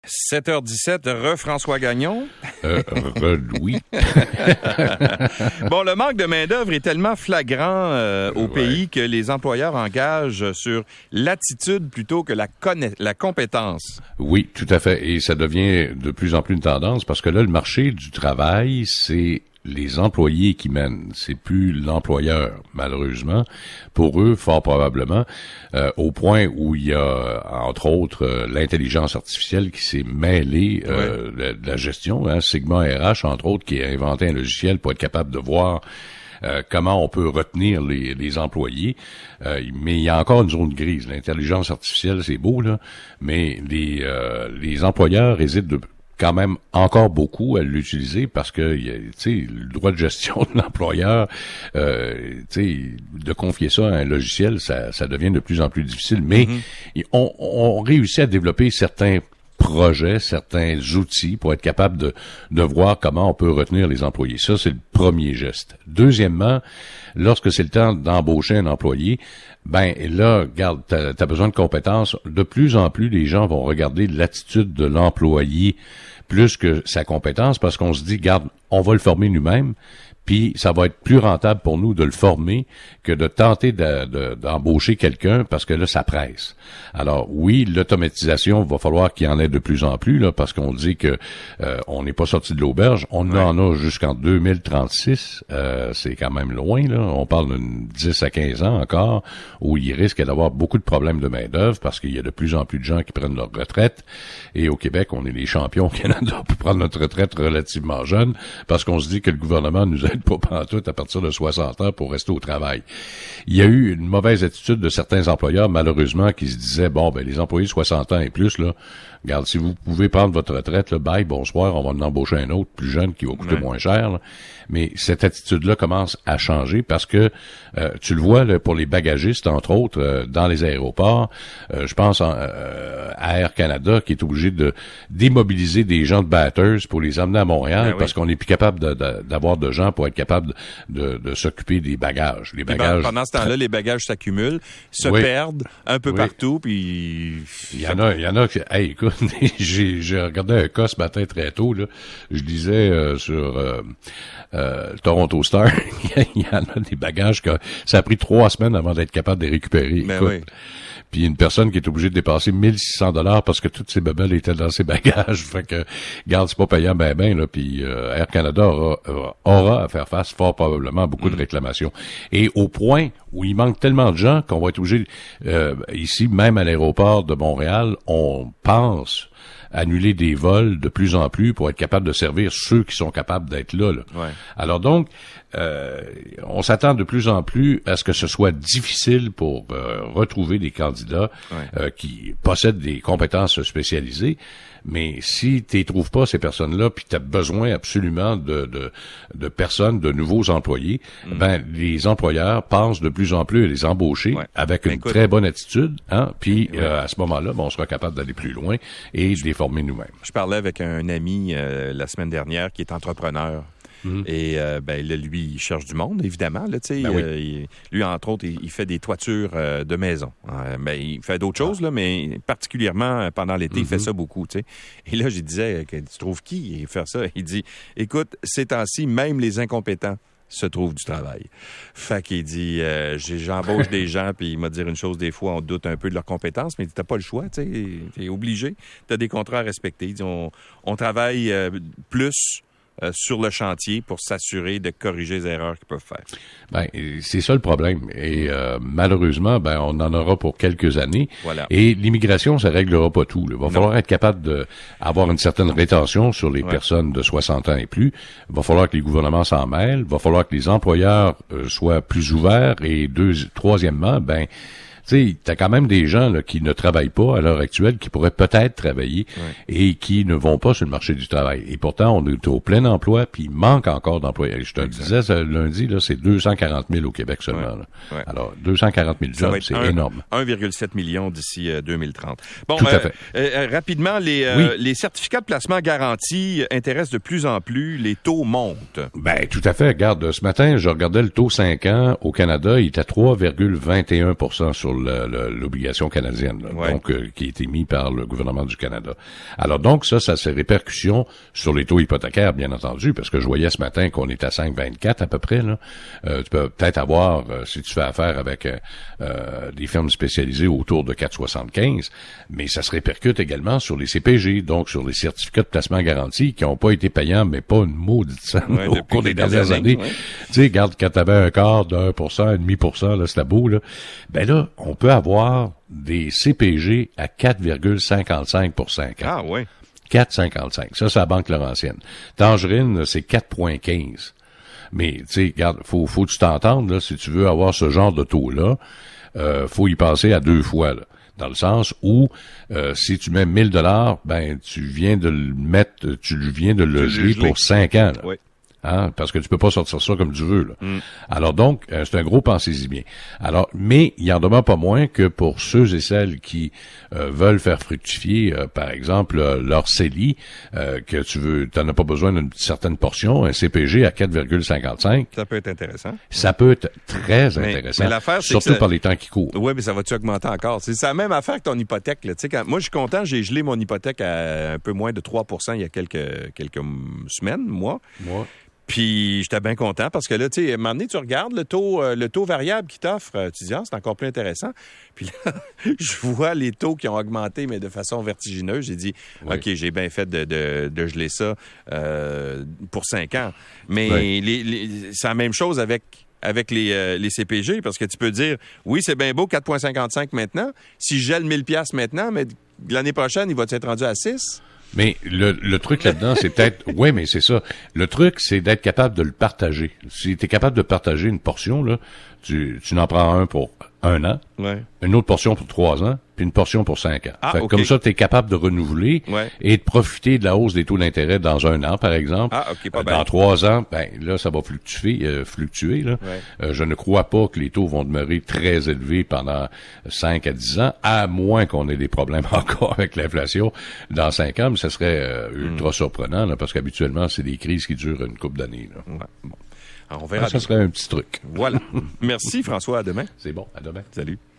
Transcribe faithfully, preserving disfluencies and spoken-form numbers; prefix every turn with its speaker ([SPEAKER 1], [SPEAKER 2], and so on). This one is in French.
[SPEAKER 1] sept heures dix-sept, re-François Gagnon.
[SPEAKER 2] Euh, re-Louis.
[SPEAKER 1] Bon, le manque de main-d'œuvre est tellement flagrant euh, au
[SPEAKER 2] ouais.
[SPEAKER 1] pays que les employeurs engagent sur l'attitude plutôt que la, conna- la compétence.
[SPEAKER 2] Oui, tout à fait. Et ça devient de plus en plus une tendance parce que là, le marché du travail, c'est les employés qui mènent, c'est plus l'employeur, malheureusement. Pour eux, fort probablement, euh, au point où il y a, entre autres, euh, l'intelligence artificielle qui s'est mêlée euh, ouais. de, de la gestion. Hein, Sigma R H, entre autres, qui a inventé un logiciel pour être capable de voir euh, comment on peut retenir les, les employés. Euh, mais il y a encore une zone grise. L'intelligence artificielle, c'est beau, là, mais les, euh, les employeurs hésitent de quand même encore beaucoup à l'utiliser parce que, tu sais, le droit de gestion de l'employeur, euh, tu sais, de confier ça à un logiciel, ça, ça devient de plus en plus difficile. Mais mm-hmm. on, on réussit à développer certains projets, certains outils pour être capable de, de voir comment on peut retenir les employés. Ça, c'est le premier geste. Deuxièmement, lorsque c'est le temps d'embaucher un employé, ben là, regarde, t'as, t'as besoin de compétences. De plus en plus, les gens vont regarder l'attitude de l'employé plus que sa compétence parce qu'on se dit, regarde, on va le former nous-mêmes, puis ça va être plus rentable pour nous de le former que de tenter de, de, d'embaucher quelqu'un parce que là, ça presse. Alors oui, l'automatisation, va falloir qu'il y en ait de plus en plus, là, parce qu'on dit que euh, on n'est pas sorti de l'auberge. On ouais. en a jusqu'en deux mille trente-six. Euh, c'est quand même loin, là. On parle de dix à quinze ans encore, où il risque d'avoir beaucoup de problèmes de main-d'œuvre parce qu'il y a de plus en plus de gens qui prennent leur retraite. Et au Québec, on est les champions au Canada pour prendre notre retraite relativement jeune parce qu'on se dit que le gouvernement nous aide pas pantoute à partir de soixante ans pour rester au travail. Il y a eu une mauvaise attitude de certains employeurs, malheureusement, qui se disaient, bon, ben les employés de soixante ans et plus, là, regarde, si vous pouvez prendre votre retraite, là, bye, bonsoir, on va en embaucher un autre plus jeune qui va coûter ouais. moins cher. Là. Mais cette attitude-là commence à changer parce que, euh, tu le vois, là, pour les bagagistes, entre autres, euh, dans les aéroports, euh, je pense en, euh, à Air Canada qui est obligé de démobiliser des gens de Bathurst pour les amener à Montréal ben parce oui. qu'on n'est plus capable de, de, d'avoir de gens pour être capable de, de, de s'occuper des bagages. Les bagages.
[SPEAKER 1] Pendant ce temps-là, les bagages s'accumulent, se
[SPEAKER 2] oui.
[SPEAKER 1] perdent un peu oui. partout, puis
[SPEAKER 2] il y en a, il y en a qui, hey, écoute, j'ai, j'ai regardé un cas ce matin très tôt, là. Je disais euh, sur euh, euh, Toronto Star, il y en a des bagages que ça a pris trois semaines avant d'être capable de les récupérer.
[SPEAKER 1] Ben
[SPEAKER 2] écoute.
[SPEAKER 1] oui.
[SPEAKER 2] Puis une personne qui est obligée de dépasser mille six cents dollars parce que toutes ses bebelles étaient dans ses bagages. Fait que, regarde, c'est pas payant ben ben, là. Puis euh, Air Canada aura, aura à faire face fort probablement à beaucoup mm. de réclamations. Et au point où il manque tellement de gens qu'on va être obligé, euh, ici, même à l'aéroport de Montréal, on pense annuler des vols de plus en plus pour être capable de servir ceux qui sont capables d'être là. là.
[SPEAKER 1] Ouais.
[SPEAKER 2] Alors donc, euh, on s'attend de plus en plus à ce que ce soit difficile pour euh, retrouver des candidats ouais. euh, qui possèdent des compétences spécialisées. Mais si tu ne trouves pas ces personnes-là, puis tu as besoin absolument de, de, de personnes, de nouveaux employés, mm. ben les employeurs pensent de plus en plus à les embaucher ouais. avec une Écoute, très bonne attitude, hein. Puis ouais. euh, à ce moment-là, ben, on sera capable d'aller plus loin et de les former nous-mêmes.
[SPEAKER 1] Je parlais avec un ami euh, la semaine dernière qui est entrepreneur. Mmh. Et euh, ben là, lui, il cherche du monde, évidemment. Là, tu sais,
[SPEAKER 2] ben oui.
[SPEAKER 1] euh, il, lui, entre autres, il, il fait des toitures euh, de maison. Euh, ben, il fait d'autres ah. choses, là, mais particulièrement pendant l'été, mmh. il fait ça beaucoup. Tu sais. Et là, je disais, tu trouves qui faire ça? Il dit, écoute, ces temps-ci, même les incompétents se trouvent du travail. Fait qu'il dit, euh, j'embauche des gens, puis il m'a dit une chose, des fois, on doute un peu de leurs compétences, mais t'as pas le choix, tu sais, t'es obligé. T'as des contrats à respecter. Il dit, on, on travaille euh, plus Euh, sur le chantier pour s'assurer de corriger les erreurs qu'ils peuvent faire.
[SPEAKER 2] Ben, c'est ça le problème. Et euh, malheureusement, ben on en aura pour quelques années.
[SPEAKER 1] Voilà.
[SPEAKER 2] Et l'immigration, ça réglera pas tout. Il va non. falloir être capable de avoir une certaine rétention sur les ouais. personnes de soixante ans et plus. Il va falloir que les gouvernements s'en mêlent. Il va falloir que les employeurs euh, soient plus ouverts. Et deux, troisièmement, ben tu sais, t'as quand même des gens là, qui ne travaillent pas à l'heure actuelle, qui pourraient peut-être travailler ouais. et qui ne vont pas sur le marché du travail. Et pourtant, on est au plein emploi, puis il manque encore d'employés. Je te exact. disais, ce lundi, là, c'est deux cent quarante mille au Québec seulement. Ouais. Là. Ouais. Alors, deux cent quarante mille jobs, c'est un, énorme.
[SPEAKER 1] un virgule sept million d'ici euh, deux mille trente. Bon,
[SPEAKER 2] Tout
[SPEAKER 1] euh,
[SPEAKER 2] à fait.
[SPEAKER 1] Euh, rapidement, les, euh, oui. les certificats de placement garantis intéressent de plus en plus. Les taux montent.
[SPEAKER 2] Ben, tout à fait. Regarde, ce matin, je regardais le taux cinq ans au Canada, il est à trois virgule vingt et un pour cent sur le, le, l'obligation canadienne, là,
[SPEAKER 1] ouais.
[SPEAKER 2] donc euh, qui a été mis par le gouvernement du Canada. Alors donc ça, ça a ses répercussions sur les taux hypothécaires, bien entendu, parce que je voyais ce matin qu'on est à cinq virgule vingt-quatre à peu près. Là. Euh, tu peux peut-être avoir, euh, si tu fais affaire avec euh, euh, des firmes spécialisées, autour de quatre virgule soixante-quinze, mais ça se répercute également sur les C P G, donc sur les certificats de placement garantis qui n'ont pas été payants, mais pas une maudite somme
[SPEAKER 1] ouais,
[SPEAKER 2] au cours des dernières années. Ouais. Tu sais, regarde, quand tu avais un quart d'un pour cent, un demi pour cent, là, c'était beau, là. Ben là, on peut avoir des C P G à quatre virgule cinquante-cinq pour cinq ans.
[SPEAKER 1] Ah, oui.
[SPEAKER 2] quatre virgule cinquante-cinq. Ça, c'est la Banque Laurentienne. Tangerine, c'est quatre virgule quinze. Mais, tu sais, regarde, faut, faut que tu t'entendes, là, si tu veux avoir ce genre de taux-là, euh, faut y passer à deux fois, là. Dans le sens où, euh, si tu mets mille dollars, ben, tu viens de le mettre, tu viens de le geler pour cinq ans, là.
[SPEAKER 1] Oui.
[SPEAKER 2] Hein, parce que tu peux pas sortir ça comme tu veux, là.
[SPEAKER 1] Mm.
[SPEAKER 2] Alors donc, euh, c'est un gros pensez-y bien. Alors, mais il en demeure pas moins que pour ceux et celles qui euh, veulent faire fructifier, euh, par exemple, euh, leur C E L I, euh, que tu veux, t'en as pas besoin d'une certaine portion, un C P G à quatre virgule cinquante-cinq.
[SPEAKER 1] Ça peut être intéressant.
[SPEAKER 2] Ça peut être très
[SPEAKER 1] mais,
[SPEAKER 2] intéressant,
[SPEAKER 1] mais l'affaire,
[SPEAKER 2] surtout
[SPEAKER 1] c'est que ça...
[SPEAKER 2] par les temps qui courent.
[SPEAKER 1] Oui, mais ça va-tu augmenter encore? C'est la même affaire que ton hypothèque. Là. Quand... Moi, je suis content, j'ai gelé mon hypothèque à un peu moins de trois pour cent il y a quelques, quelques semaines, mois.
[SPEAKER 2] Moi.
[SPEAKER 1] Puis j'étais bien content parce que là, tu sais, à un moment donné, tu regardes le taux, euh, le taux variable qu'il t'offre, euh, tu dis, ah, c'est encore plus intéressant. Puis là, je vois les taux qui ont augmenté, mais de façon vertigineuse. J'ai dit, oui. OK, j'ai bien fait de, de, de geler ça euh, pour cinq ans. Mais oui. les, les, c'est la même chose avec... avec les, euh, les C P G, parce que tu peux dire, oui, c'est bien beau, quatre virgule cinquante-cinq maintenant. Si je gèle mille dollars maintenant, mais l'année prochaine, il va être rendu à six?
[SPEAKER 2] Mais le, le truc là-dedans, c'est peut-être... Oui, mais c'est ça. Le truc, c'est d'être capable de le partager. Si tu es capable de partager une portion, là, tu, tu n'en prends un pour un an,
[SPEAKER 1] ouais.
[SPEAKER 2] une autre portion pour trois ans, puis une portion pour cinq ans.
[SPEAKER 1] Ah,
[SPEAKER 2] fait,
[SPEAKER 1] okay.
[SPEAKER 2] Comme ça, tu es capable de renouveler
[SPEAKER 1] ouais.
[SPEAKER 2] et de profiter de la hausse des taux d'intérêt dans un an, par exemple.
[SPEAKER 1] Ah, OK, pas
[SPEAKER 2] euh,
[SPEAKER 1] bien.
[SPEAKER 2] Dans trois ans, ben là, ça va fluctuer. Euh, fluctuer là.
[SPEAKER 1] Ouais.
[SPEAKER 2] Euh, je ne crois pas que les taux vont demeurer très élevés pendant cinq à dix ans, à moins qu'on ait des problèmes encore avec l'inflation dans cinq ans, mais ça serait euh, ultra mm. surprenant, là, parce qu'habituellement, c'est des crises qui durent une couple d'années. Là.
[SPEAKER 1] Ouais. Bon. Alors, on verra.
[SPEAKER 2] Ah, ça serait un petit truc.
[SPEAKER 1] Voilà. Merci, François. À demain.
[SPEAKER 2] C'est bon. À demain.
[SPEAKER 1] Salut.